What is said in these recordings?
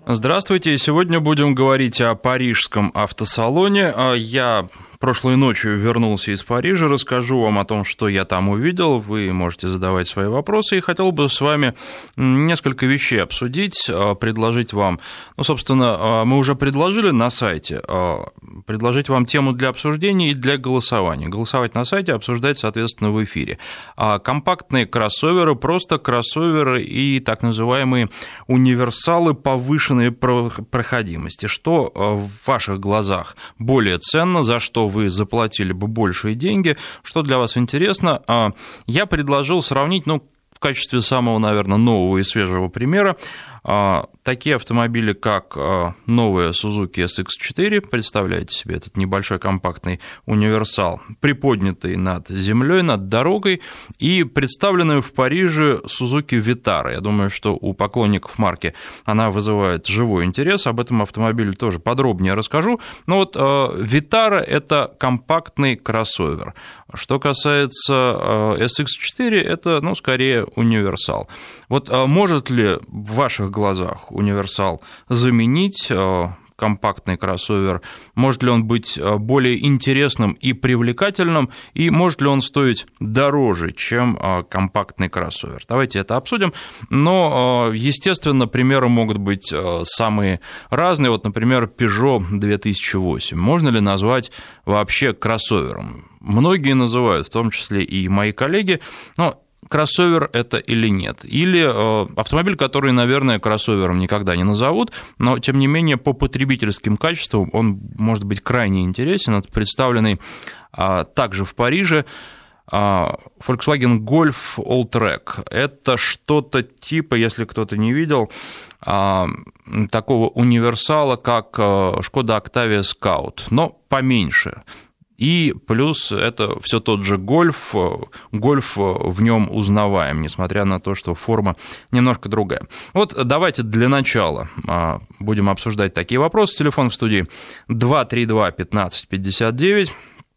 Здравствуйте. Сегодня будем говорить о парижском автосалоне. Я прошлой ночью вернулся из Парижа, расскажу вам о том, что я там увидел. Вы можете задавать свои вопросы. И хотел бы с вами несколько вещей обсудить, предложить вам. Собственно, мы уже предложили на сайте, предложить вам тему для обсуждения и для голосования. Голосовать на сайте, обсуждать, соответственно, в эфире. Компактные кроссоверы, просто кроссоверы и так называемые универсалы повышенной проходимости. Что в ваших глазах более ценно, за что вы заплатили бы большие деньги, что для вас интересно? Я предложил сравнить, в качестве самого, наверное, нового и свежего примера, такие автомобили, как новая Suzuki SX4, представляете себе, этот небольшой компактный универсал, приподнятый над землей, над дорогой, и представленную в Париже Suzuki Vitara. Я думаю, что у поклонников марки она вызывает живой интерес, об этом автомобиле тоже подробнее расскажу. Но Vitara – это компактный кроссовер. Что касается SX4, это, скорее, универсал. Может ли в ваших глазах универсал заменить компактный кроссовер? Может ли он быть более интересным и привлекательным? И может ли он стоить дороже, чем компактный кроссовер? Давайте это обсудим. Но, естественно, примеры могут быть самые разные. Например, Peugeot 2008. Можно ли назвать вообще кроссовером? Многие называют, в том числе и мои коллеги, но кроссовер это или нет. Или автомобиль, который, наверное, кроссовером никогда не назовут, но, тем не менее, по потребительским качествам он может быть крайне интересен. Это представленный также в Париже Volkswagen Golf Alltrack. Это что-то типа, если кто-то не видел, такого универсала, как Skoda Octavia Scout, но поменьше. И плюс это все тот же гольф в нем узнаваем, несмотря на то, что форма немножко другая. Давайте для начала будем обсуждать такие вопросы. Телефон в студии 232-1559.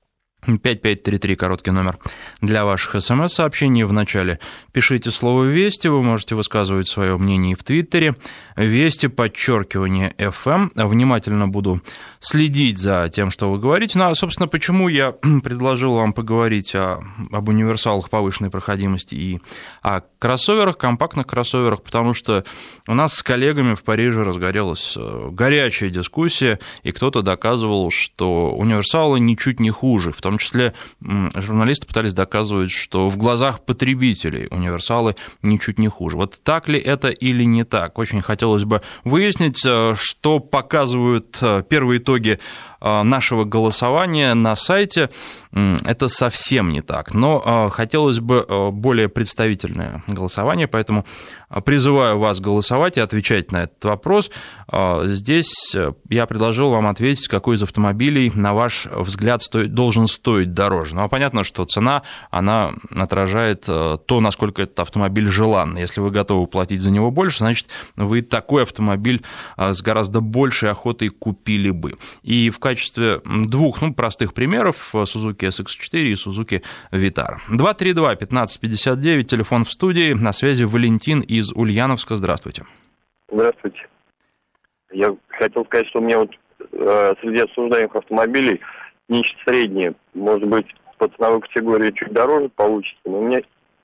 5533, короткий номер для ваших СМС-сообщений. В начале пишите слово «Вести», вы можете высказывать свое мнение и в Твиттере. Вести, _FM. Внимательно буду следить за тем, что вы говорите. Собственно, почему я предложил вам поговорить об универсалах повышенной проходимости и о кроссоверах, компактных кроссоверах, потому что у нас с коллегами в Париже разгорелась горячая дискуссия, и кто-то доказывал, что универсалы ничуть не хуже. В том числе журналисты пытались доказывать, что в глазах потребителей универсалы ничуть не хуже. Так ли это или не так? Очень хотелось бы выяснить, что показывают первые итоги нашего голосования на сайте. Это совсем не так, но хотелось бы более представительное голосование, поэтому призываю вас голосовать и отвечать на этот вопрос. Здесь я предложил вам ответить, какой из автомобилей, на ваш взгляд, должен стоить дороже. Понятно, что цена, она отражает то, насколько этот автомобиль желанный. Если вы готовы платить за него больше, значит, вы такой автомобиль с гораздо большей охотой купили бы. И в качестве двух простых примеров Suzuki SX4 и Suzuki Vitara. 232-1559, телефон в студии, на связи Валентин из Ульяновска. Здравствуйте. Здравствуйте. Я хотел сказать, что у меня среди обсуждаемых автомобилей нечто среднее, может быть, по ценовой категории чуть дороже получится, но у меня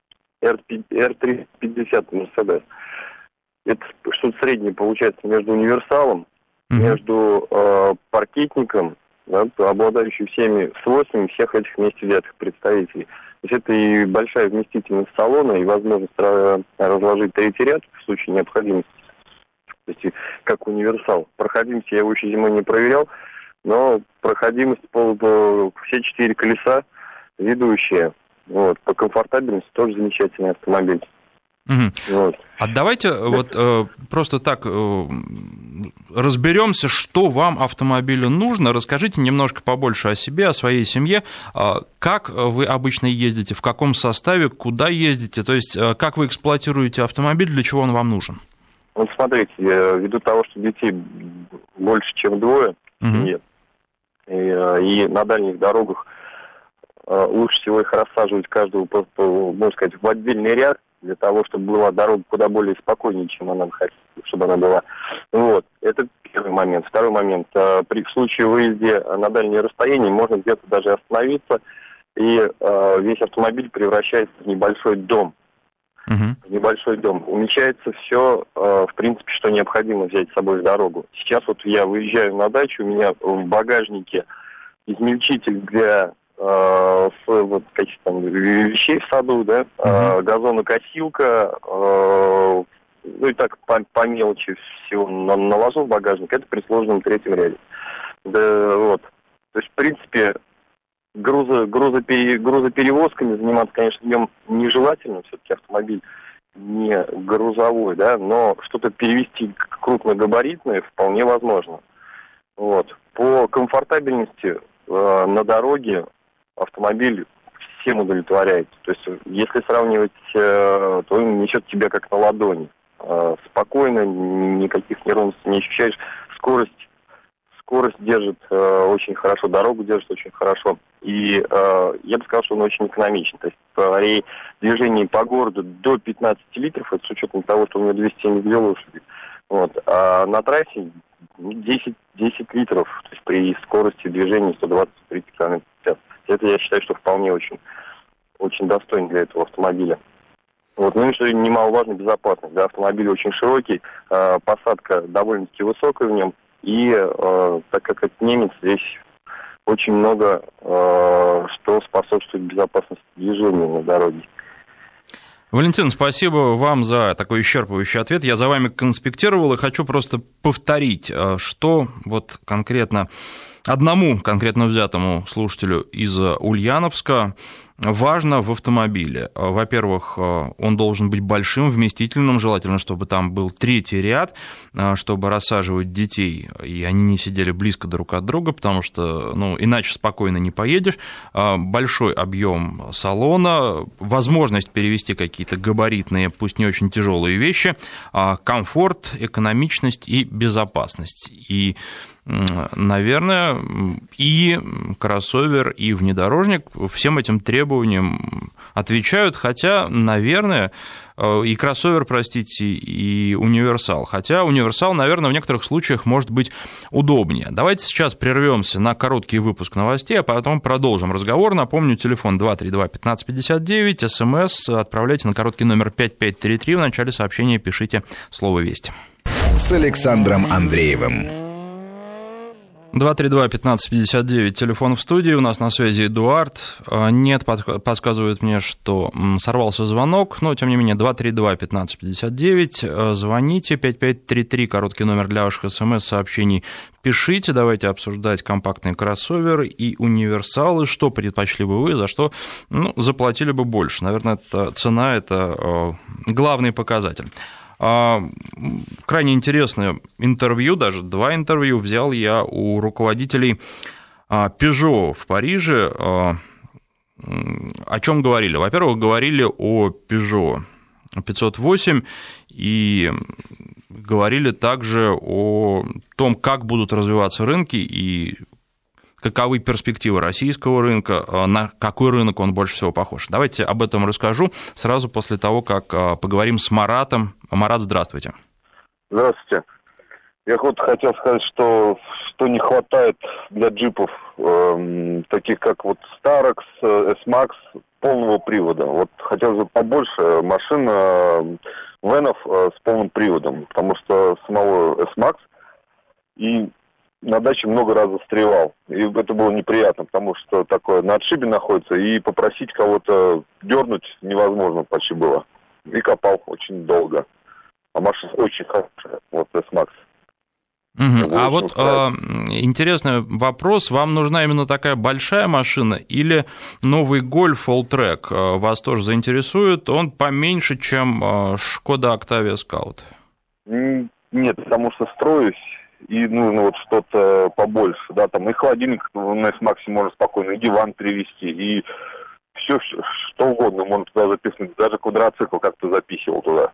R350 Mercedes. Это что-то среднее получается между универсалом, между паркетником, обладающим всеми свойствами всех этих вместе взятых представителей. То есть это и большая вместительность салона, и возможность разложить третий ряд в случае необходимости. То есть как универсал. Проходимость я его еще зимой не проверял, но проходимость все 4 колеса ведущие. По комфортабельности тоже замечательный автомобиль. А давайте просто так разберемся, что вам автомобилю нужно. Расскажите немножко побольше о себе, о своей семье. Как вы обычно ездите, в каком составе, куда ездите? То есть как вы эксплуатируете автомобиль, для чего он вам нужен? Смотрите, ввиду того, что детей больше, чем двое в семье, и на дальних дорогах лучше всего их рассаживать каждого, можно сказать, в отдельный ряд, для того, чтобы была дорога куда более спокойнее, чем она бы хотела, чтобы она была. момент. Второй момент. При случае выезде на дальние расстояния можно где-то даже остановиться, и весь автомобиль превращается в небольшой дом. В небольшой дом. Уменьшается все, в принципе, что необходимо взять с собой в дорогу. Сейчас вот я выезжаю на дачу, у меня в багажнике измельчитель для вот, каких-то там вещей в саду, да, газонокосилка, ну и так по мелочи всего наложил в багажник, это при сложном третьем ряде. Да, вот. То есть, в принципе, грузоперевозками заниматься, конечно, днем нежелательно, все-таки автомобиль не грузовой, да, но что-то перевести крупногабаритное вполне возможно. Вот. По комфортабельности на дороге автомобиль всем удовлетворяет. То есть, если сравнивать, то он несет тебя как на ладони. Спокойно, никаких неровностей не ощущаешь. Скорость держит очень хорошо, дорогу держит очень хорошо. И я бы сказал, что он очень экономичен. То есть при движении по городу до 15 литров, это с учетом того, что у него 272 лошади. Вот. А на трассе 10 литров, то есть при скорости движения 120-130 км в час. Это я считаю, что вполне очень достойно для этого автомобиля. Вот, ну и что немаловажно, безопасность. Да, автомобиль очень широкий, посадка довольно-таки высокая в нем. И так как это немец, здесь очень много что способствует безопасности движения на дороге. Валентин, спасибо вам за такой исчерпывающий ответ. Я за вами конспектировал и хочу просто повторить, что вот конкретно одному конкретно взятому слушателю из Ульяновска важно в автомобиле. Во-первых, он должен быть большим, вместительным, желательно, чтобы там был третий ряд, чтобы рассаживать детей, и они не сидели близко друг от друга, потому что, ну, иначе спокойно не поедешь. Большой объем салона, возможность перевести какие-то габаритные, пусть не очень тяжелые вещи, комфорт, экономичность и безопасность. И наверное, и кроссовер, и внедорожник всем этим требованиям отвечают, хотя, наверное, и кроссовер, простите, и универсал. Хотя универсал, наверное, в некоторых случаях может быть удобнее. Давайте сейчас прервемся на короткий выпуск новостей, а потом продолжим разговор. Напомню, телефон 232-1559, СМС отправляйте на короткий номер 5533, в начале сообщения пишите слово «Весть». С Александром Андреевым. 232-1559, телефон в студии, у нас на связи Эдуард. Нет, подсказывает мне, что сорвался звонок, но, тем не менее, 232-1559, звоните, 5533, короткий номер для ваших смс-сообщений, пишите, давайте обсуждать компактные кроссоверы и универсалы, что предпочли бы вы, за что заплатили бы больше. Наверное, цена – это главный показатель. Крайне интересное интервью, даже 2 интервью взял я у руководителей Peugeot в Париже. О чем говорили? Во-первых, говорили о Peugeot 508 и говорили также о том, как будут развиваться рынки и каковы перспективы российского рынка, на какой рынок он больше всего похож. Давайте об этом расскажу сразу после того, как поговорим с Маратом. Марат, здравствуйте. Здравствуйте. Я хотел сказать, что не хватает для джипов, таких как вот Starex, S-Max, полного привода. Вот хотелось бы побольше машин, венов с полным приводом, потому что самого S-Max и на даче много раз застревал. И это было неприятно, потому что такое на отшибе находится, и попросить кого-то дернуть невозможно почти было. И копал очень долго. А машина очень хорошая, вот S-Max. А вот интересный вопрос, вам нужна именно такая большая машина или новый Golf Alltrack вас тоже заинтересует? Он поменьше, чем Skoda Octavia Scout. Нет, потому что строюсь, и нужно вот что-то побольше, да, там и холодильник на S-Max можно спокойно, и диван привезти, и все, что угодно можно туда записывать, даже квадроцикл как-то записывал туда.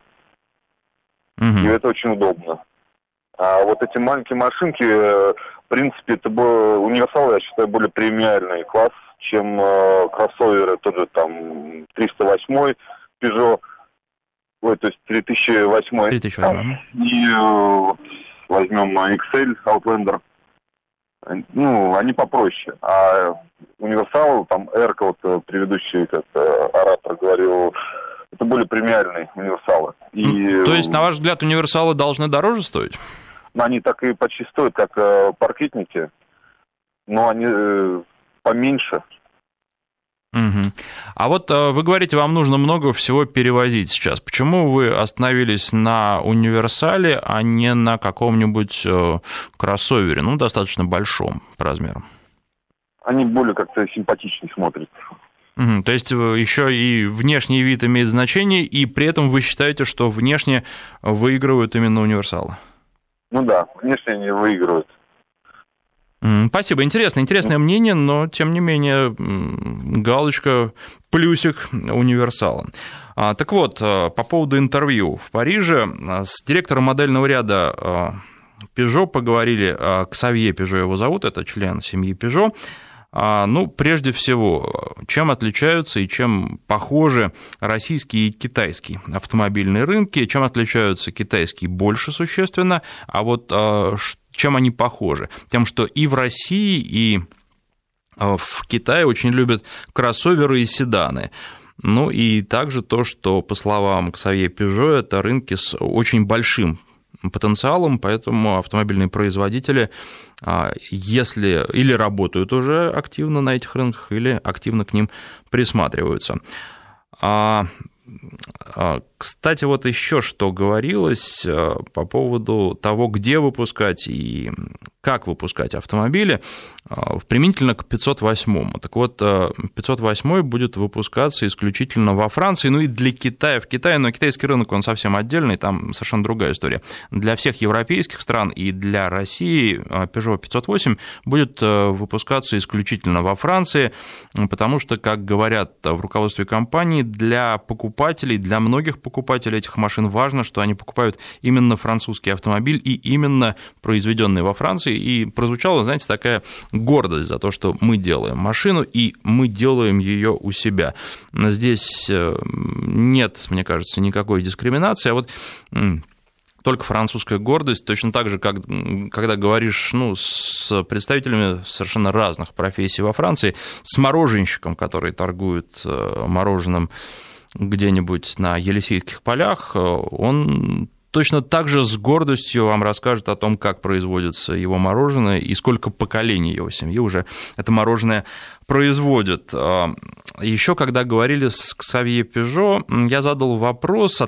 И это очень удобно. А вот эти маленькие машинки, в принципе, это был универсал, я считаю, более премиальный класс, чем кроссоверы, тот же там 308 Peugeot, то есть 3008. 3008. И возьмем XL, Outlander, ну, они попроще. А универсал, там, Эрка, вот предыдущий оратор говорил, это более премиальные универсалы. И, то есть, на ваш взгляд, универсалы должны дороже стоить? Они так и почти стоят, как паркетники, но они поменьше. Угу. А вот вы говорите, вам нужно много всего перевозить сейчас. Почему вы остановились на универсале, а не на каком-нибудь кроссовере, ну, достаточно большом по размерам? Они более как-то симпатичнее смотрятся. Угу. То есть еще и внешний вид имеет значение, и при этом вы считаете, что внешне выигрывают именно универсалы? Ну да, внешне они выигрывают. Спасибо. Интересное мнение, но, тем не менее, галочка, плюсик универсала. Так вот, по поводу интервью. В Париже с директором модельного ряда Peugeot поговорили, Ксавье Пежо его зовут, это член семьи Peugeot. Ну, прежде всего, чем отличаются и чем похожи российские и китайские автомобильные рынки, чем отличаются китайские больше существенно, а вот чем они похожи? Тем, что и в России, и в Китае очень любят кроссоверы и седаны. Ну и также то, что, по словам Ксавье Пежо, это рынки с очень большим потенциалом, поэтому автомобильные производители, если или работают уже активно на этих рынках, или активно к ним присматриваются. Кстати, вот еще что говорилось по поводу того, где выпускать и как выпускать автомобили, применительно к 508-му. Так вот, 508-й будет выпускаться исключительно во Франции, ну и для Китая. В Китае, но китайский рынок, он совсем отдельный, там совершенно другая история. Для всех европейских стран и для России Peugeot 508 будет выпускаться исключительно во Франции, потому что, как говорят в руководстве компании, для покупателей, для многих покупателей этих машин важно, что они покупают именно французский автомобиль и именно произведенный во Франции. И прозвучала, знаете, такая гордость за то, что мы делаем машину, и мы делаем ее у себя. Здесь нет, мне кажется, никакой дискриминации, а вот только французская гордость, точно так же, как когда говоришь с представителями совершенно разных профессий во Франции, с мороженщиком, который торгует мороженым где-нибудь на Елисейских полях, он точно так же с гордостью вам расскажет о том, как производится его мороженое и сколько поколений его семьи уже это мороженое производит. Еще когда говорили с Ксавье Пежо, я задал вопрос,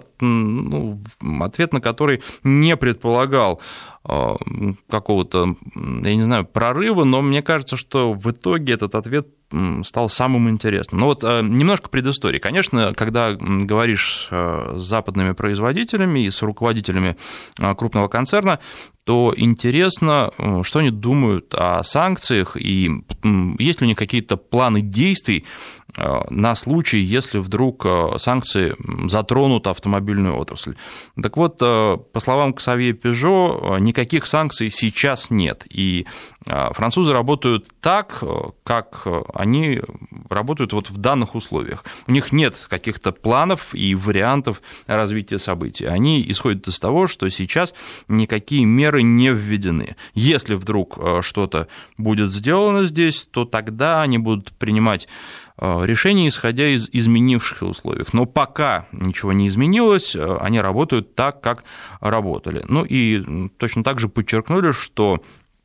ответ на который не предполагал какого-то, я не знаю, прорыва, но мне кажется, что в итоге этот ответ стал самым интересным. Ну вот немножко предыстории. Конечно, когда говоришь с западными производителями и с руководителями крупного концерна, то интересно, что они думают о санкциях и есть ли у них какие-то планы действий на случай, если вдруг санкции затронут автомобильную отрасль. Так вот, по словам Ксавье Пежо, никаких санкций сейчас нет, и французы работают так, как они работают вот в данных условиях. У них нет каких-то планов и вариантов развития событий. Они исходят из того, что сейчас никакие меры не введены. Если вдруг что-то будет сделано здесь, то тогда они будут принимать решения, исходя из изменившихся условий. Но пока ничего не изменилось, они работают так, как работали. Ну и точно так же подчеркнули, что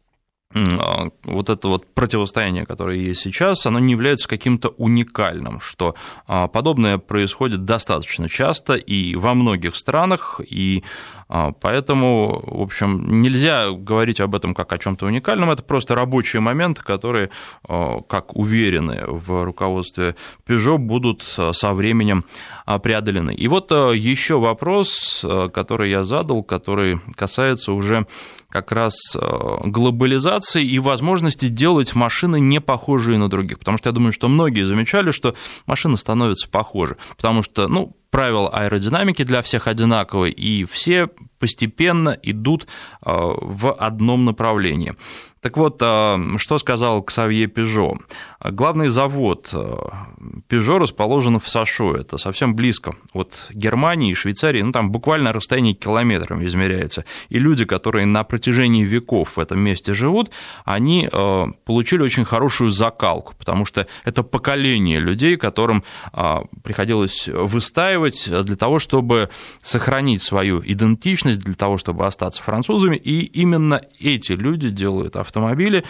вот это вот противостояние, которое есть сейчас, оно не является каким-то уникальным, что подобное происходит достаточно часто и во многих странах, и поэтому, в общем, нельзя говорить об этом как о чем-то уникальном, это просто рабочие моменты, которые, как уверены в руководстве Peugeot, будут со временем преодолены. И вот еще вопрос, который я задал, который касается уже как раз глобализации и возможности делать машины не похожие на других, потому что я думаю, что многие замечали, что машины становятся похожи, потому что, правила аэродинамики для всех одинаковые, и все постепенно идут в одном направлении. Так вот, что сказал Ксавье Пежо? Главный завод Пежо расположен в Сошо, это совсем близко от Германии и Швейцарии, ну, там буквально расстояние километрами измеряется. И люди, которые на протяжении веков в этом месте живут, они получили очень хорошую закалку, потому что это поколение людей, которым приходилось выстаивать для того, чтобы сохранить свою идентичность, для того, чтобы остаться французами, и именно эти люди делают автомобили,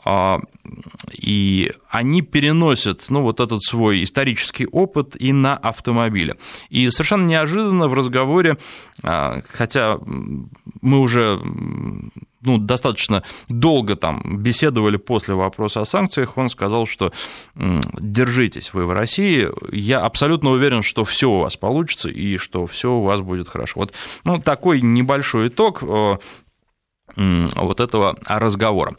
и они переносят, ну, вот этот свой исторический опыт и на автомобили. И совершенно неожиданно в разговоре, хотя мы уже достаточно долго там беседовали после вопроса о санкциях, он сказал, что держитесь вы в России, я абсолютно уверен, что все у вас получится и что все у вас будет хорошо. Вот, такой небольшой итог вот этого разговора.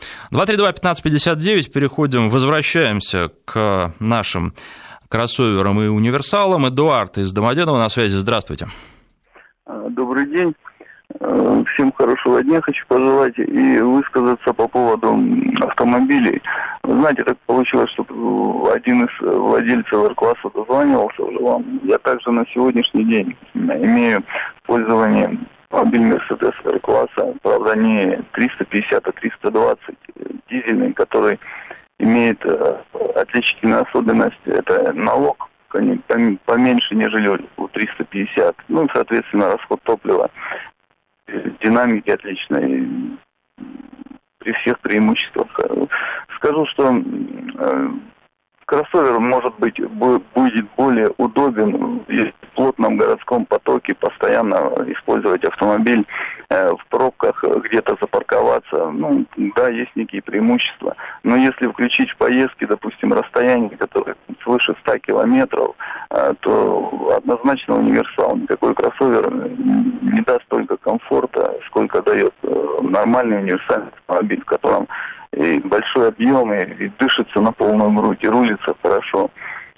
232-1559, возвращаемся к нашим кроссоверам и универсалам. Эдуард из Домодедово на связи, здравствуйте. Добрый день. Всем хорошего дня хочу пожелать и высказаться по поводу автомобилей. Вы знаете, так получилось, что один из владельцев R-класса дозванивался уже вам. Я также на сегодняшний день имею пользование автомобиль Mercedes R-класса, правда не 350, а 320, дизельный, который имеет отличительную особенность, это налог поменьше, нежели у 350, ну, соответственно, расход топлива, динамики отличной, при всех преимуществах. Скажу, что кроссовер, может быть, будет более удобен в плотном городском потоке, постоянно использовать автомобиль, в пробках где-то запарковаться. Ну, да, есть некие преимущества. Но если включить в поездки, допустим, расстояние, которое свыше 100 километров, то однозначно универсал. Никакой кроссовер не даст столько комфорта, сколько дает нормальный универсальный автомобиль, в котором и большой объем, и дышится на полную грудь, и рулится хорошо.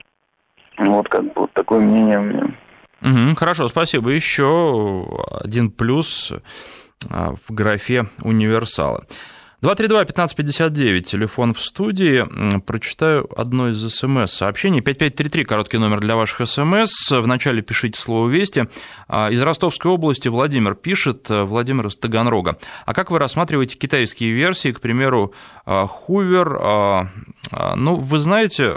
Вот как бы вот такое мнение у меня. Хорошо, спасибо. Еще один плюс в графе универсала. 232-1559, телефон в студии. Прочитаю одно из СМС-сообщений. 5533, короткий номер для ваших СМС. Вначале пишите слово «Вести». Из Ростовской области Владимир пишет, Владимир из Таганрога. А как вы рассматриваете китайские версии, к примеру, Hoover? Ну, вы знаете,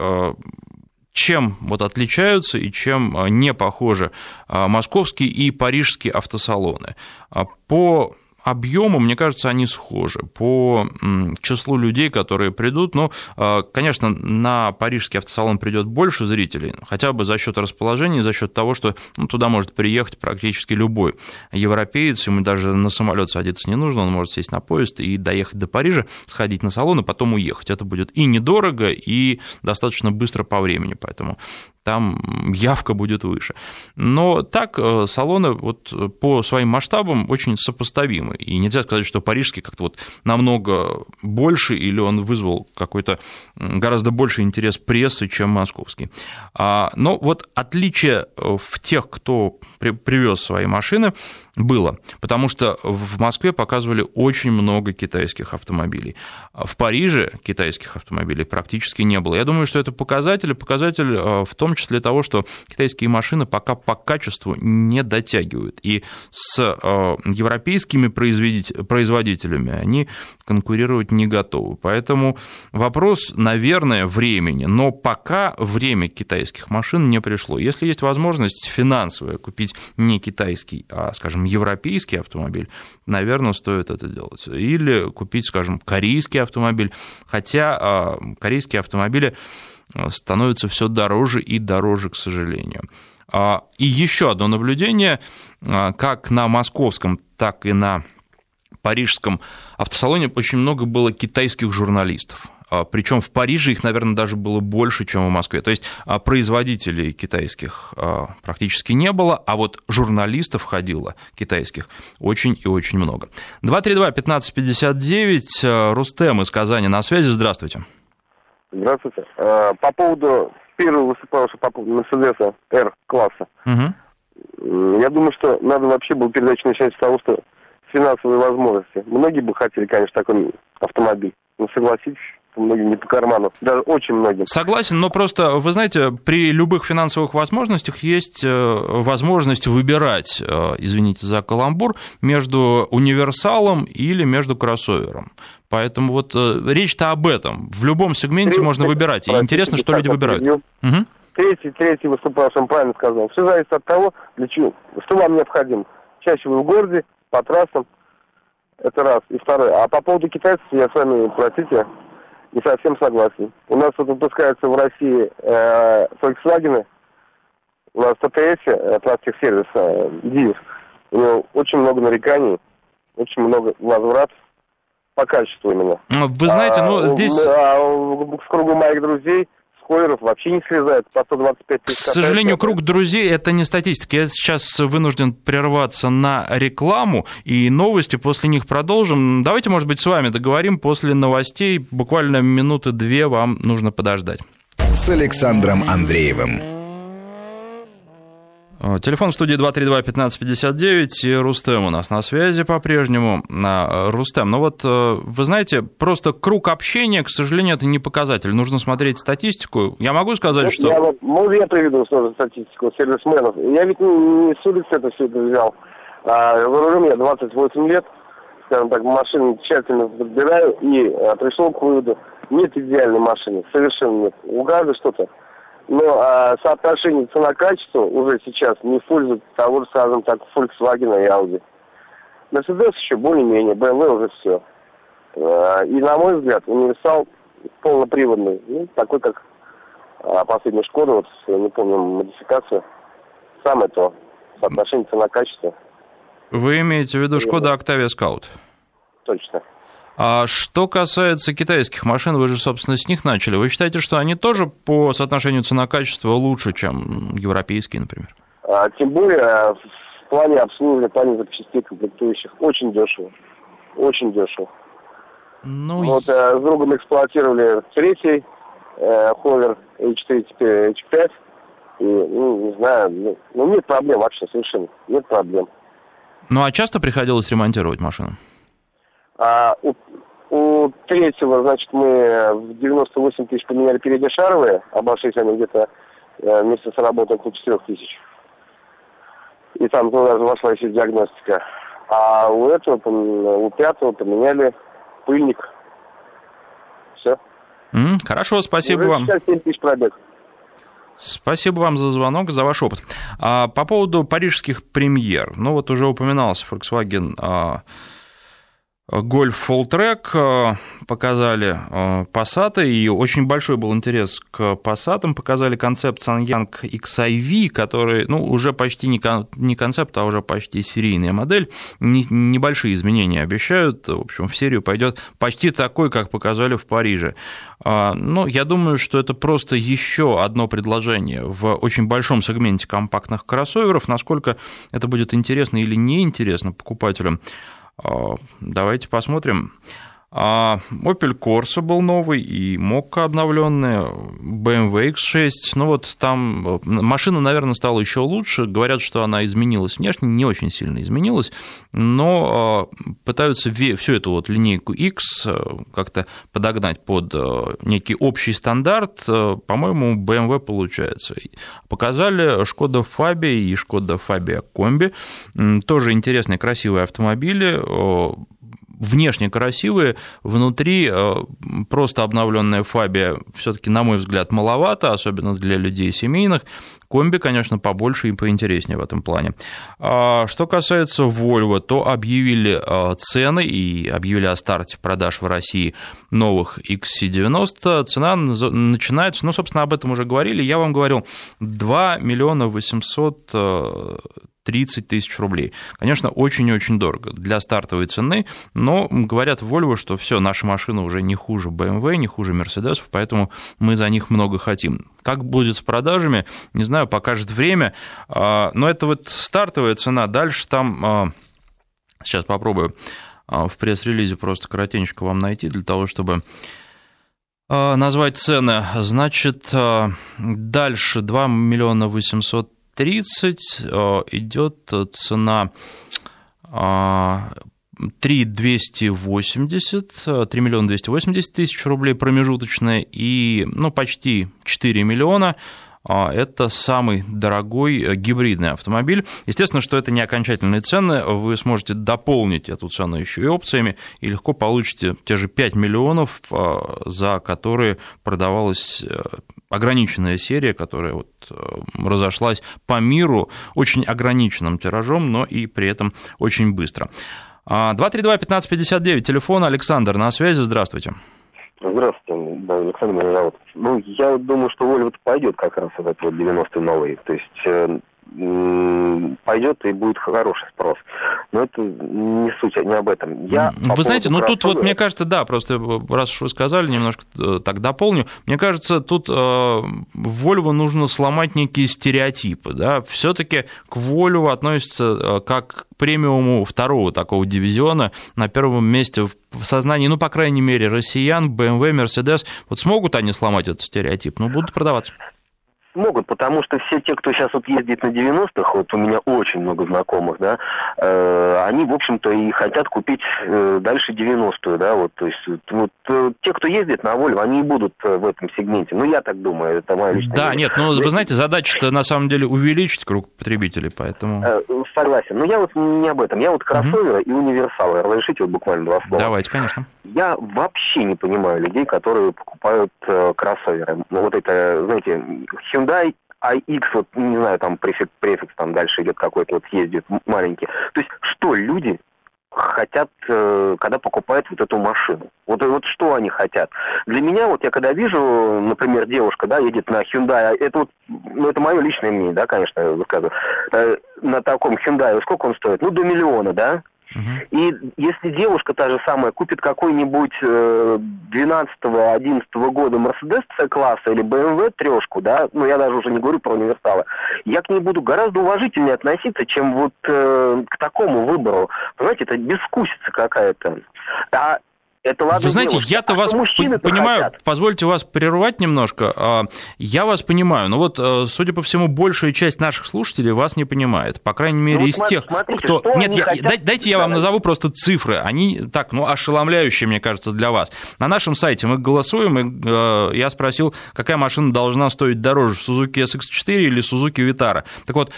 чем вот отличаются и чем не похожи московские и парижские автосалоны? По объему, мне кажется, они схожи. По числу людей, которые придут, ну, конечно, на парижский автосалон придет больше зрителей, хотя бы за счет расположения, за счет того, что туда может приехать практически любой европеец, ему даже на самолет садиться не нужно, он может сесть на поезд и доехать до Парижа, сходить на салон и потом уехать. Это будет и недорого, и достаточно быстро по времени, поэтому там явка будет выше. Но так салоны вот по своим масштабам очень сопоставимы. И нельзя сказать, что парижский как-то вот намного больше, или он вызвал какой-то гораздо больше интерес прессы, чем московский. Но вот отличие в тех, кто привез свои машины, было, потому что в Москве показывали очень много китайских автомобилей. В Париже китайских автомобилей практически не было. Я думаю, что это показатель в том числе того, что китайские машины пока по качеству не дотягивают. И с европейскими производителями они конкурировать не готовы. Поэтому вопрос, наверное, времени. Но пока время китайских машин не пришло. Если есть возможность финансовая купить не китайский, а, скажем, европейский автомобиль, наверное, стоит это делать. Или купить, скажем, корейский автомобиль, хотя корейские автомобили становятся все дороже и дороже, к сожалению. И еще одно наблюдение, как на московском, так и на парижском автосалоне очень много было китайских журналистов. Причем в Париже их, наверное, даже было больше, чем в Москве. То есть производителей китайских практически не было, а вот журналистов ходило китайских очень и очень много. 232-1559, Рустем из Казани на связи, здравствуйте. Здравствуйте. По поводу первого выступавшего по поводу Мерседеса R-класса. Я думаю, что надо вообще было передачу начать с того, что финансовые возможности. Многие бы хотели, конечно, такой автомобиль. Но согласитесь, многим не по карману. Даже очень многим. Согласен, но просто, вы знаете, при любых финансовых возможностях есть возможность выбирать, извините за каламбур, между универсалом или между кроссовером. Поэтому вот речь-то об этом. В любом сегменте можно выбирать. И интересно, что люди выбирают. Угу. Третий выступавший правильно сказал. Все зависит от того, для чего, что вам необходимо. Чаще вы в городе, по трассам. Это раз. И второе. А по поводу китайцев, я с вами, простите, не совсем согласен. У нас вот выпускаются в России Volkswagen, у нас ТТС, пластик-сервис, ДИЗ. У него очень много нареканий, очень много возвратов по качеству именно. Вы знаете, здесь... в кругу моих друзей спойлеров вообще не слезает по 125 тысяч. К сожалению, круг друзей – это не статистика. Я сейчас вынужден прерваться на рекламу, и новости, после них продолжим. Давайте, может быть, с вами договорим после новостей. Буквально минуты 2 вам нужно подождать. С Александром Андреевым. Телефон в студии 232-1559, и Рустем у нас на связи по-прежнему. Рустем, вы знаете, просто круг общения, к сожалению, это не показатель. Нужно смотреть статистику. Я могу сказать, что... Я приведу статистику сервисменов. Я ведь не с улицы это все это взял. За рулем я 28 лет, скажем так, машину тщательно подбираю, и пришел к выводу, нет идеальной машины, совершенно нет. У каждого что-то. Но соотношение цена-качество уже сейчас не в пользу того же, скажем так, Volkswagen и Audi. Mercedes еще более-менее, BMW уже все. И, на мой взгляд, универсал полноприводный, такой, как последняя Шкода, не помню, модификация, самое то, соотношение цена-качество. Вы имеете в виду Шкода Octavia Scout? Точно. А что касается китайских машин, вы же, собственно, с них начали. Вы считаете, что они тоже по соотношению цена-качество лучше, чем европейские, например? Тем более в плане обслуживания, в плане запчастей комплектующих. Очень дешево. Очень дешево. С другом эксплуатировали третий Ховер H3, теперь H5. И, не знаю, нет проблем вообще совершенно. Нет проблем. А часто приходилось ремонтировать машину? У третьего, значит, мы в 98 тысяч поменяли передние шаровые, обошлись они где-то вместе с работой около 4 тысяч. И там туда же вошла еще диагностика. А у пятого поменяли пыльник. Все. Хорошо, спасибо вам. 67 тысяч пробег. Спасибо вам за звонок, за ваш опыт. По поводу парижских премьер. Уже упоминался Volkswagen Golf Full-Track, показали Passat, и очень большой был интерес к Passat, показали концепт Sanyang XIV, который, уже почти не концепт, а уже почти серийная модель, небольшие изменения обещают, в общем, в серию пойдет почти такой, как показали в Париже. Я думаю, что это просто еще одно предложение в очень большом сегменте компактных кроссоверов, насколько это будет интересно или неинтересно покупателям. Давайте посмотрим. Opel Corsa был новый, и Mokka обновленная, BMW X6. Там машина, наверное, стала еще лучше. Говорят, что она изменилась внешне, не очень сильно изменилась, но пытаются всю эту линейку X как-то подогнать под некий общий стандарт. По-моему, BMW получается. Показали Шкода Фабия и Шкода Фабия Комби. Тоже интересные, красивые автомобили. Внешне красивые, внутри просто обновленная Фабия все-таки, на мой взгляд, маловато, особенно для людей семейных. Комби, конечно, побольше и поинтереснее в этом плане. Что касается Volvo, то объявили цены и объявили о старте продаж в России новых XC90. Цена начинается, собственно, об этом уже говорили, я вам говорил, 2 830 тысяч рублей. Конечно, очень-очень дорого для стартовой цены, но говорят в Volvo, что все, наши машины уже не хуже BMW, не хуже Mercedes, поэтому мы за них много хотим. Как будет с продажами, не знаю, покажет время, но это стартовая цена, дальше там, сейчас попробую в пресс-релизе просто коротенько вам найти, для того, чтобы назвать цены. Значит, дальше 2 830 идет цена 3 миллиона 280 тысяч рублей промежуточная и почти 4 миллиона. Это самый дорогой гибридный автомобиль. Естественно, что это не окончательные цены, вы сможете дополнить эту цену еще и опциями, и легко получите те же 5 миллионов, за которые продавалась ограниченная серия, которая разошлась по миру очень ограниченным тиражом, но и при этом очень быстро. 232-1559, телефон, Александр на связи, здравствуйте. Здравствуйте, да, Александр меня зовут. Я думаю, что Volvo пойдет как раз в этот 90-й новый. То есть пойдет и будет хороший спрос. Но это не суть, не об этом. Вы знаете, тут мне кажется, да, просто раз уж вы сказали, немножко так дополню, мне кажется, тут Volvo нужно сломать некие стереотипы, да, все-таки к Volvo относится как к премиуму второго такого дивизиона, на первом месте в сознании, по крайней мере, россиян, BMW, Mercedes. Смогут они сломать этот стереотип, будут продаваться. Могут, потому что все те, кто сейчас ездит на 90-х, у меня очень много знакомых, да, они, в общем-то, и хотят купить дальше 90-ю, да, то есть те, кто ездит на Volvo, они и будут в этом сегменте. Я так думаю, это моя личная Да, мнение. Нет, вы знаете, задача-то на самом деле увеличить круг потребителей, поэтому... Согласен, я не об этом, я кроссоверы и универсалы, разрешите буквально два слова. Давайте, конечно. Я вообще не понимаю людей, которые покупают кроссоверы. Это, знаете, Hyundai iX, не знаю, там префикс там дальше идет какой-то, ездит маленький. То есть, что люди хотят, когда покупают эту машину? Что они хотят? Для меня, я когда вижу, например, девушка, да, едет на Hyundai, это мое личное мнение, да, конечно, я высказываю, на таком Hyundai, сколько он стоит? До миллиона, да? И если девушка та же самая купит какой-нибудь 12-11 года Mercedes C-класса или BMW трешку, да, я даже уже не говорю про универсалы, я к ней буду гораздо уважительнее относиться, чем к такому выбору. Понимаете, это безвкусица какая-то. Это ладно. Вы знаете, девушки, я-то вас понимаю, хотят. Позвольте вас прервать немножко. Я вас понимаю, но судя по всему, большая часть наших слушателей вас не понимает. По крайней мере, из тех, кто... Нет, дайте я вам назову просто цифры. Они ошеломляющие, мне кажется, для вас. На нашем сайте мы голосуем, и я спросил, какая машина должна стоить дороже, Suzuki SX4 или Suzuki Vitara. Так вот,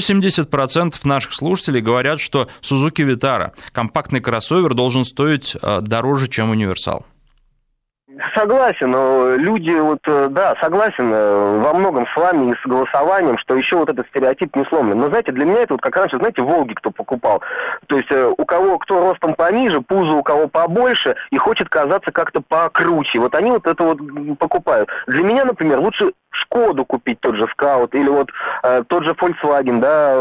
80% наших слушателей говорят, что Suzuki Vitara, компактный кроссовер, должен стоить дороже, чем универсал. Согласен, люди, согласен во многом с вами и с голосованием, что еще этот стереотип не сломлен. Но, знаете, для меня это как раньше, знаете, Волги кто покупал. То есть кто ростом пониже, пузо у кого побольше и хочет казаться как-то покруче. Они это покупают. Для меня, например, лучше Шкоду купить, тот же Скаут, или тот же Volkswagen, да,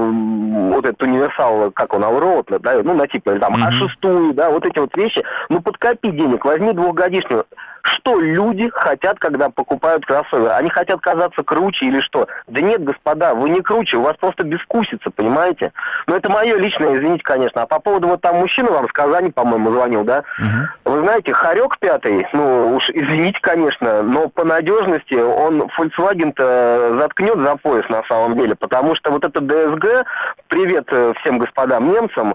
этот универсал, как он, Allroad, да, на типа, А6, да, эти вещи, подкопи денег, возьми двухгодичную. Что люди хотят, когда покупают кроссовер? Они хотят казаться круче или что? Да нет, господа, вы не круче, у вас просто безвкусица, понимаете? Это мое личное, извините, конечно. А по поводу там мужчина вам с Казани, по-моему, звонил, да? Вы знаете, хорек пятый, уж извините, конечно, но по надежности он Volkswagen-то заткнет за пояс на самом деле, потому что это DSG, привет всем господам немцам,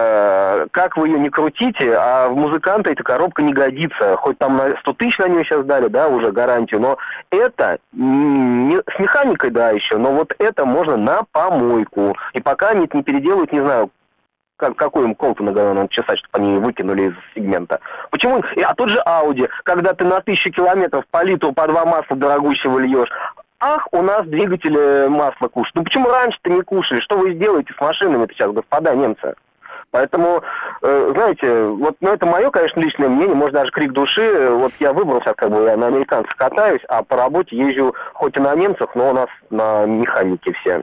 как вы ее не крутите, а в музыканта эта коробка не годится, хоть там на 100 тысяч на нее сейчас дали, да, уже гарантию, но это не, с механикой, да, еще, но это можно на помойку. И пока они это не переделают, не знаю, какой им колку на голову надо чесать, чтобы они выкинули из сегмента. Почему? А тот же Audi, когда ты на 1000 километров по литру по 2 масла дорогущего льешь, ах, у нас двигатели масло кушают. Почему раньше-то не кушали? Что вы сделаете с машинами-то сейчас, господа немцы? Поэтому, знаете, это мое, конечно, личное мнение, может, даже крик души. Я выбрался, я на американцах катаюсь, а по работе езжу хоть и на немцах, но у нас на механике все.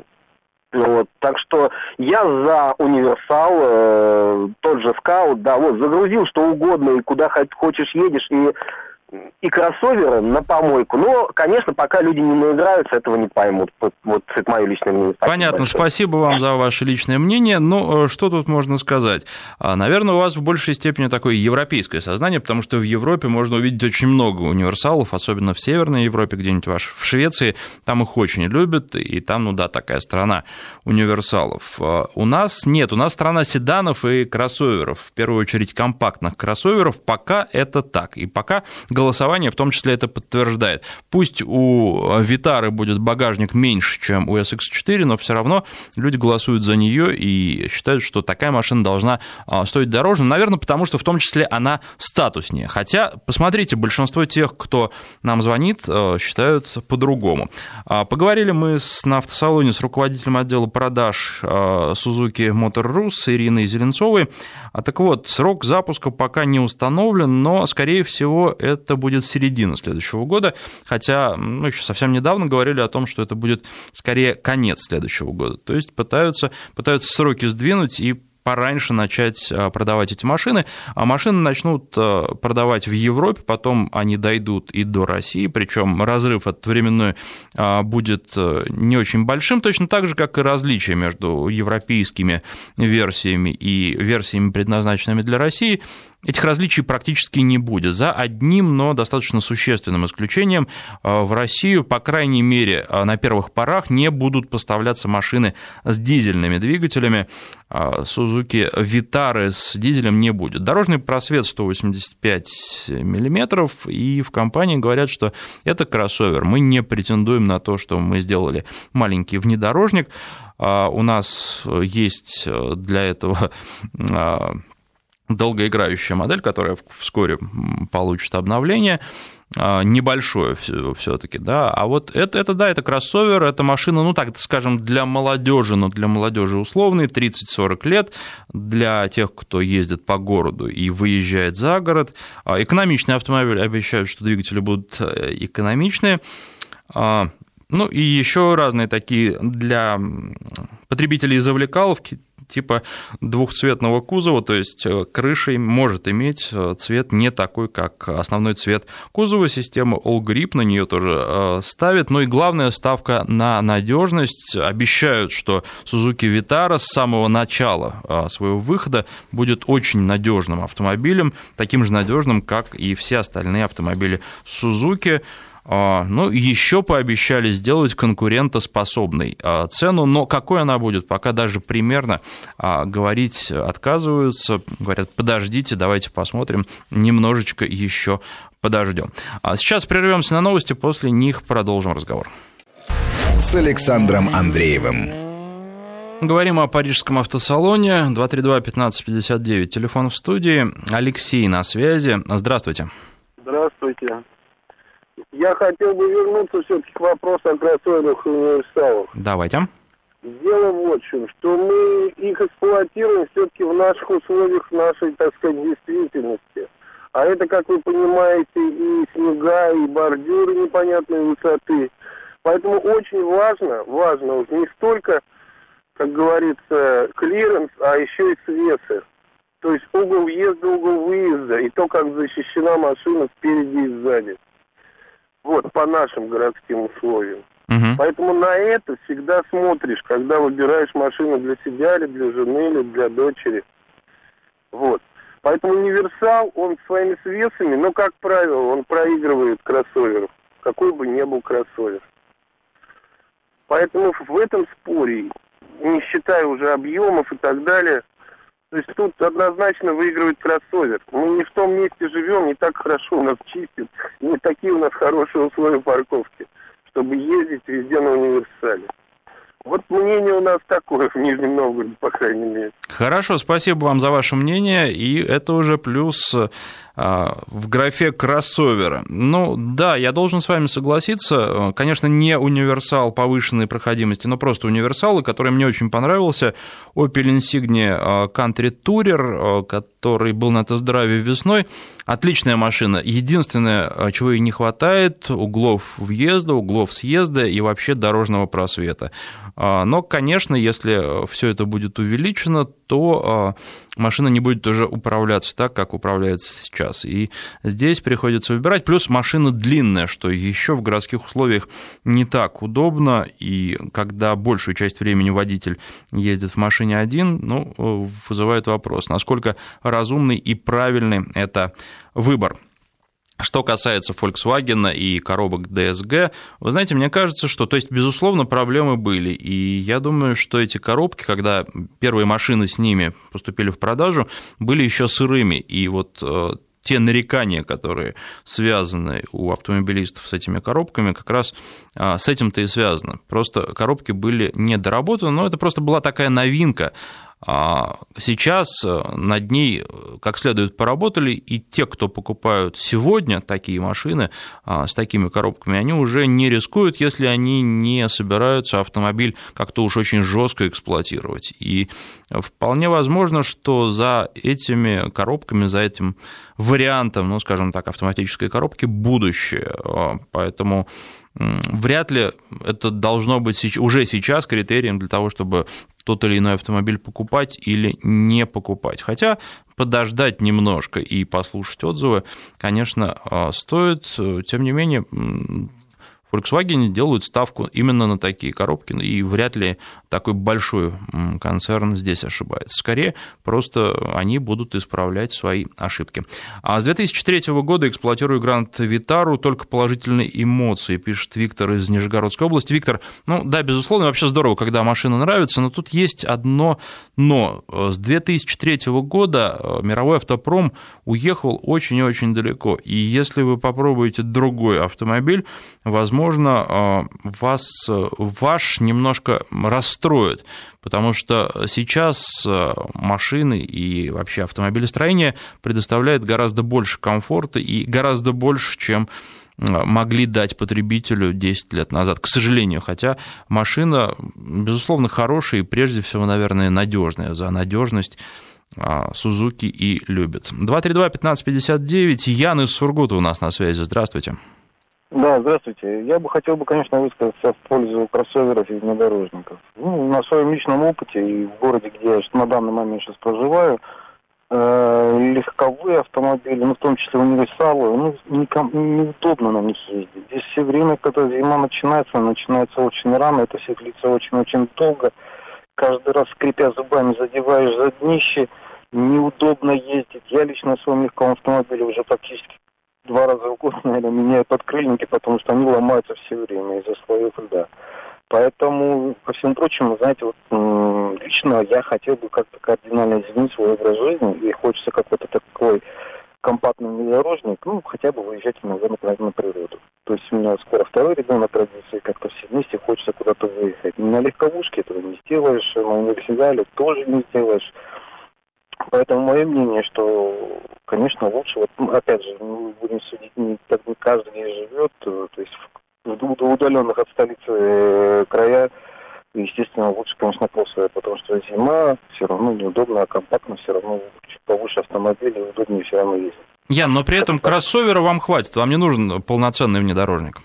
Так что я за универсал, тот же Скаут, да, загрузил что угодно, и куда хочешь едешь, и и кроссоверы на помойку. Но, конечно, пока люди не наиграются, этого не поймут. Вот это мое личное мнение. Понятно, большое. Спасибо вам за ваше личное мнение. Ну, что тут можно сказать? Наверное, у вас в большей степени такое европейское сознание, потому что в Европе можно увидеть очень много универсалов, особенно в Северной Европе, где-нибудь в Швеции, там их очень любят, и там, ну да, такая страна универсалов. У нас нет, у нас страна седанов и кроссоверов, в первую очередь компактных кроссоверов, пока это так, и пока голосование в том числе это подтверждает. Пусть у Витары будет багажник меньше, чем у SX4, но все равно люди голосуют за нее и считают, что такая машина должна стоить дороже. Наверное, потому что в том числе она статуснее. Хотя, посмотрите, большинство тех, кто нам звонит, считают по-другому. Поговорили мы на автосалоне с руководителем отдела продаж Suzuki Motor Rus Ириной Зеленцовой. Так вот, срок запуска пока не установлен, но, скорее всего, это будет середина следующего года, хотя еще совсем недавно говорили о том, что это будет скорее конец следующего года. То есть пытаются сроки сдвинуть и пораньше начать продавать эти машины, а машины начнут продавать в Европе, потом они дойдут и до России, причем разрыв этот временной будет не очень большим, точно так же, как и различия между европейскими версиями и версиями, предназначенными для России. Этих различий практически не будет, за одним, но достаточно существенным исключением. В Россию, по крайней мере, на первых порах не будут поставляться машины с дизельными двигателями. Suzuki Vitara с дизелем не будет. Дорожный просвет 185 мм, и в компании говорят, что это кроссовер. Мы не претендуем на то, что мы сделали маленький внедорожник. У нас есть для этого долгоиграющая модель, которая вскоре получит обновление, небольшое все-таки, да, а вот это кроссовер, это машина, ну так скажем, для молодежи, но для молодежи условной, 30-40 лет, для тех, кто ездит по городу и выезжает за город. Экономичный автомобиль, обещают, что двигатели будут экономичные. Ну и еще разные такие для потребителей завлекаловки, типа двухцветного кузова, то есть крыша может иметь цвет не такой, как основной цвет кузова. Система All Grip на нее тоже ставит. Ну и главная ставка на надежность. Обещают, что Suzuki Vitara с самого начала своего выхода будет очень надежным автомобилем, таким же надежным, как и все остальные автомобили Suzuki. Ну, еще пообещали сделать конкурентоспособной цену, но какой она будет, пока даже примерно говорить отказываются. Говорят, подождите, давайте посмотрим, немножечко еще подождем. Сейчас прервемся на новости, после них продолжим разговор. С Александром Андреевым. Говорим о парижском автосалоне. 232-1559, телефон в студии. Алексей на связи. Здравствуйте. Здравствуйте. Я хотел бы вернуться все-таки к вопросу о кроссоверах и универсалах. Давайте. Дело вот в чем, что мы их эксплуатируем все-таки в наших условиях, в нашей, так сказать, действительности. А это, как вы понимаете, и снега, и бордюры непонятной высоты. Поэтому очень важно уж не столько, как говорится, клиренс, а еще и свесы. То есть угол въезда, угол выезда, и то, как защищена машина спереди и сзади. Вот, по нашим городским условиям. Поэтому на это всегда смотришь, когда выбираешь машину для себя, или для жены, или для дочери. Вот. Поэтому универсал, он своими свесами, но, как правило, он проигрывает кроссоверов, какой бы ни был кроссовер. Поэтому в этом споре, не считая уже объемов и так далее, то есть тут однозначно выигрывает кроссовер. Мы не в том месте живем, не так хорошо у нас чистят, не такие у нас хорошие условия парковки, чтобы ездить везде на универсале. Вот мнение у нас такое в Нижнем Новгороде, по крайней мере. Хорошо, спасибо вам за ваше мнение, и это уже плюс в графе кроссовера. Ну да, я должен с вами согласиться, конечно, не универсал повышенной проходимости, но просто универсалы, который мне очень понравился, Opel Insignia Country Tourer, который был на тест-драйве весной. Отличная машина. Единственное, чего ей не хватает, углов въезда, углов съезда и вообще дорожного просвета. Но, конечно, если все это будет увеличено, то машина не будет уже управляться так, как управляется сейчас. И здесь приходится выбирать. Плюс машина длинная, что еще в городских условиях не так удобно. И когда большую часть времени водитель ездит в машине один, вызывает вопрос, насколько разумный и правильный это выбор. Что касается Volkswagen и коробок DSG, вы знаете, мне кажется, что, безусловно, проблемы были, и я думаю, что эти коробки, когда первые машины с ними поступили в продажу, были еще сырыми, и вот те нарекания, которые связаны у автомобилистов с этими коробками, как раз с этим-то и связано. Просто коробки были недоработаны, но это просто была такая новинка. Сейчас над ней как следует поработали, и те, кто покупают сегодня такие машины с такими коробками, они уже не рискуют, если они не собираются автомобиль как-то уж очень жестко эксплуатировать. И вполне возможно, что за этими коробками, за этим вариантом, скажем так, автоматической коробки будущее. Поэтому вряд ли это должно быть уже сейчас критерием для того, чтобы тот или иной автомобиль покупать или не покупать. Хотя подождать немножко и послушать отзывы, конечно, стоит. Тем не менее, Volkswagen делают ставку именно на такие коробки, и вряд ли такой большой концерн здесь ошибается. Скорее, просто они будут исправлять свои ошибки. А с 2003 года эксплуатирую Grand Vitara, только положительные эмоции, пишет Виктор из Нижегородской области. Виктор, да, безусловно, вообще здорово, когда машина нравится, но тут есть одно но. С 2003 года мировой автопром уехал очень и очень далеко, и если вы попробуете другой автомобиль, возможно, ваш немножко расстроит, потому что сейчас машины и вообще автомобилестроение предоставляет гораздо больше комфорта и гораздо больше, чем могли дать потребителю 10 лет назад, к сожалению, хотя машина, безусловно, хорошая и прежде всего, наверное, надежная. За надежность Сузуки и любят. 232-1559, Ян из Сургута у нас на связи. Здравствуйте. Да, здравствуйте. Я бы хотел, конечно, высказаться в пользу кроссоверов и внедорожников. На своем личном опыте и в городе, где я на данный момент сейчас проживаю, легковые автомобили, в том числе универсалы, неудобно на них ездить. Здесь все время, когда зима начинается очень рано, это все длится очень-очень долго. Каждый раз, скрипя зубами, задеваешь за днище, неудобно ездить. Я лично на своем легковом автомобиле уже практически 2 раза в год, наверное, меняю подкрыльники, потому что они ломаются все время из-за слоев льда. Поэтому, ко всему прочему, знаете, лично я хотел бы как-то кардинально изменить свой образ жизни, и хочется какой-то такой компактный внедорожник, хотя бы выезжать иногда на природу. То есть у меня скоро 2-й ребенок родится, и как-то все вместе хочется куда-то выехать. На легковушке этого не сделаешь, на универсале тоже не сделаешь. Поэтому мое мнение, что, конечно, лучше, опять же, мы будем судить, не каждый день живет, то есть в удаленных от столицы края, естественно, лучше, конечно, кроссовер, потому что зима все равно неудобно, а компактно все равно чуть повыше автомобиля, удобнее все равно ездить. Ян, но при этом кроссовера вам хватит, вам не нужен полноценный внедорожник.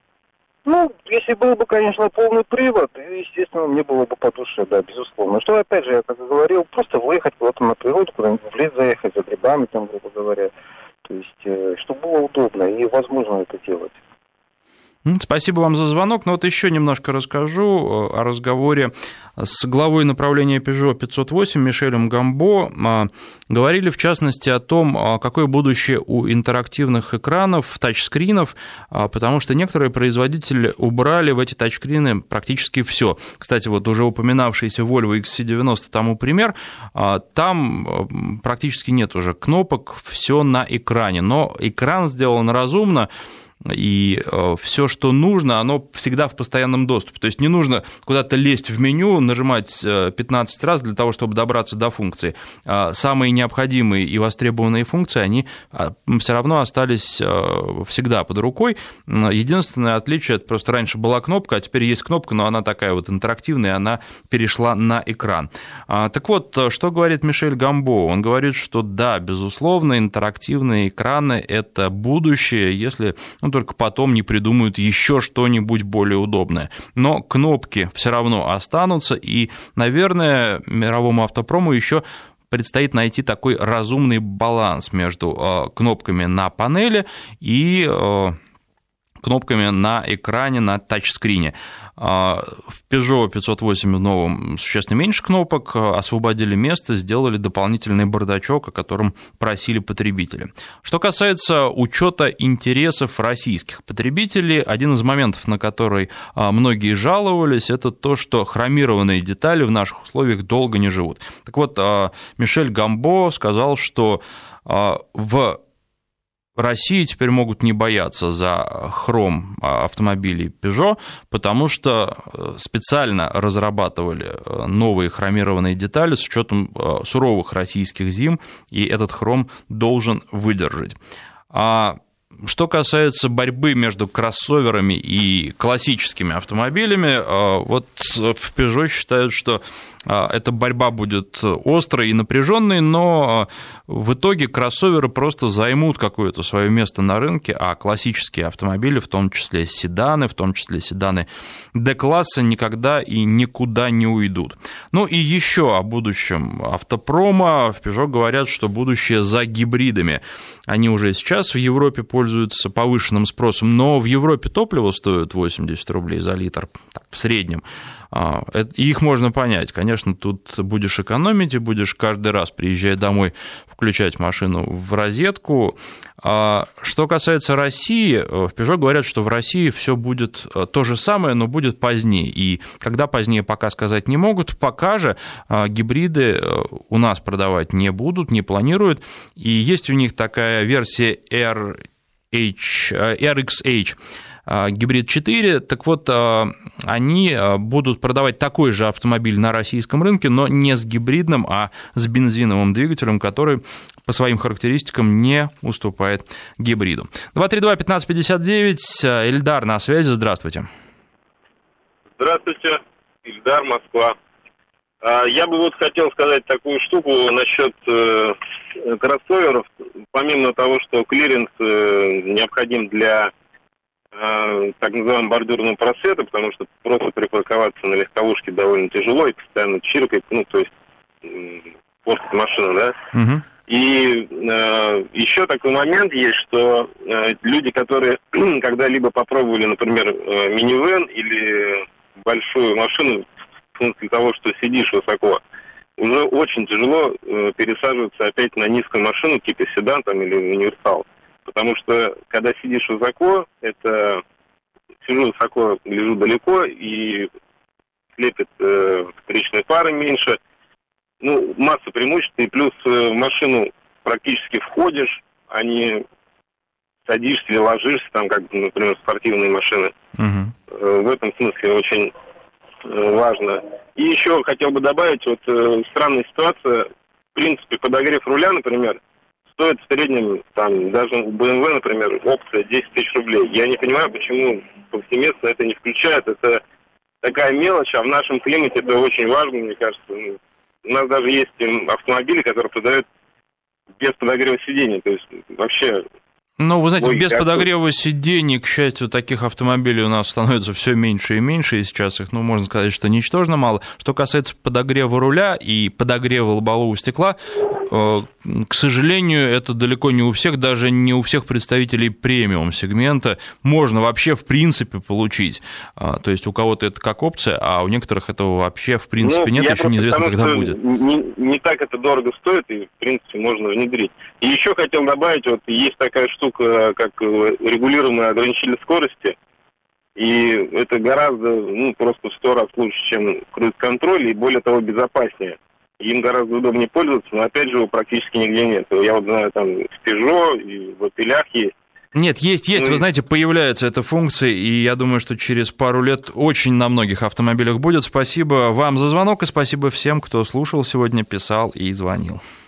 Если был бы, конечно, полный привод, естественно, мне было бы по душе, да, безусловно. Что, опять же, я как говорил, просто выехать куда-то на природу, куда-нибудь в лес заехать, за грибами, грубо говоря. То есть, чтобы было удобно и возможно это делать. Спасибо вам за звонок. Еще немножко расскажу о разговоре с главой направления Peugeot 508 Мишелем Гамбо. Говорили, в частности, о том, какое будущее у интерактивных экранов, тачскринов, потому что некоторые производители убрали в эти тачскрины практически все. Кстати, уже упоминавшийся Volvo XC90 тому пример. Там практически нет уже кнопок, все на экране. Но экран сделан разумно, и все, что нужно, оно всегда в постоянном доступе. То есть не нужно куда-то лезть в меню, нажимать 15 раз для того, чтобы добраться до функции. Самые необходимые и востребованные функции, они все равно остались всегда под рукой. Единственное отличие, это просто раньше была кнопка, а теперь есть кнопка, но она такая интерактивная, она перешла на экран. Так вот, что говорит Мишель Гамбо? Он говорит, что да, безусловно, интерактивные экраны – это будущее, если только потом не придумают еще что-нибудь более удобное. Но кнопки все равно останутся, и, наверное, мировому автопрому еще предстоит найти такой разумный баланс между кнопками на панели и кнопками на экране, на тачскрине. В Peugeot 508 новом существенно меньше кнопок, освободили место, сделали дополнительный бардачок, о котором просили потребители. Что касается учета интересов российских потребителей, один из моментов, на который многие жаловались, это то, что хромированные детали в наших условиях долго не живут. Так вот, Мишель Гамбо сказал, что в России теперь могут не бояться за хром автомобилей Peugeot, потому что специально разрабатывали новые хромированные детали с учетом суровых российских зим, и этот хром должен выдержать. Что касается борьбы между кроссоверами и классическими автомобилями, вот в Peugeot считают, что эта борьба будет острой и напряженной, но в итоге кроссоверы просто займут какое-то свое место на рынке, а классические автомобили, в том числе седаны, D-класса, никогда и никуда не уйдут. Ну и еще о будущем автопрома. В Peugeot говорят, что будущее за гибридами. Они уже сейчас в Европе пользуются повышенным спросом, но в Европе топливо стоит 80 рублей за литр, так, в среднем. И их можно понять. Конечно, тут будешь экономить и будешь каждый раз, приезжая домой, включать машину в розетку. Что касается России, в Peugeot говорят, что в России все будет то же самое, но будет позднее. И когда позднее, пока сказать не могут, пока же гибриды у нас продавать не будут, не планируют. И есть у них такая версия RXH, гибрид 4, так вот, они будут продавать такой же автомобиль на российском рынке, но не с гибридным, а с бензиновым двигателем, который по своим характеристикам не уступает гибриду. 232-1559, Ильдар на связи, здравствуйте. Здравствуйте, Ильдар, Москва. Я бы вот хотел сказать такую штуку насчет кроссоверов. Помимо того, что клиренс необходим для так называемого бордюрного просвета, потому что просто припарковаться на легковушке довольно тяжело и постоянно чиркать, то есть портит машину, да? Угу. И еще такой момент есть, что люди, которые когда-либо попробовали, например, минивэн или большую машину, в смысле того, что сидишь высоко, уже очень тяжело пересаживаться опять на низкую машину, типа седан там, или универсал. Потому что, когда сидишь высоко, это сижу высоко, лежу далеко, и слепит встречные фары меньше. Масса преимуществ, и плюс в машину практически входишь, а не садишься или ложишься, там, как, например, спортивные машины. В этом смысле очень важно. И еще хотел бы добавить, вот странная ситуация, в принципе, подогрев руля, например, стоит в среднем, там, даже у BMW, например, опция 10 тысяч рублей. Я не понимаю, почему повсеместно это не включают. Это такая мелочь, а в нашем климате это очень важно, мне кажется. У нас даже есть автомобили, которые продают без подогрева сидений. То есть вообще... Вы знаете, без подогрева сидений, к счастью, таких автомобилей у нас становится все меньше и меньше, и сейчас их, можно сказать, что ничтожно мало. Что касается подогрева руля и подогрева лобового стекла, к сожалению, это далеко не у всех, даже не у всех представителей премиум-сегмента можно вообще в принципе получить. То есть у кого-то это как опция, а у некоторых этого вообще в принципе нет, еще неизвестно, когда будет. Не так это дорого стоит, и в принципе можно внедрить. И еще хотел добавить, вот есть такая штука, как регулируемый ограничитель скорости, и это гораздо, просто в 100 раз лучше, чем круиз-контроль, и более того, безопаснее. Им гораздо удобнее пользоваться, но опять же его практически нигде нет. Я вот знаю, там в Peugeot и в Opel'ах есть. Нет, есть, вы знаете, появляется эта функция, и я думаю, что через пару лет очень на многих автомобилях будет. Спасибо вам за звонок, и спасибо всем, кто слушал сегодня, писал и звонил.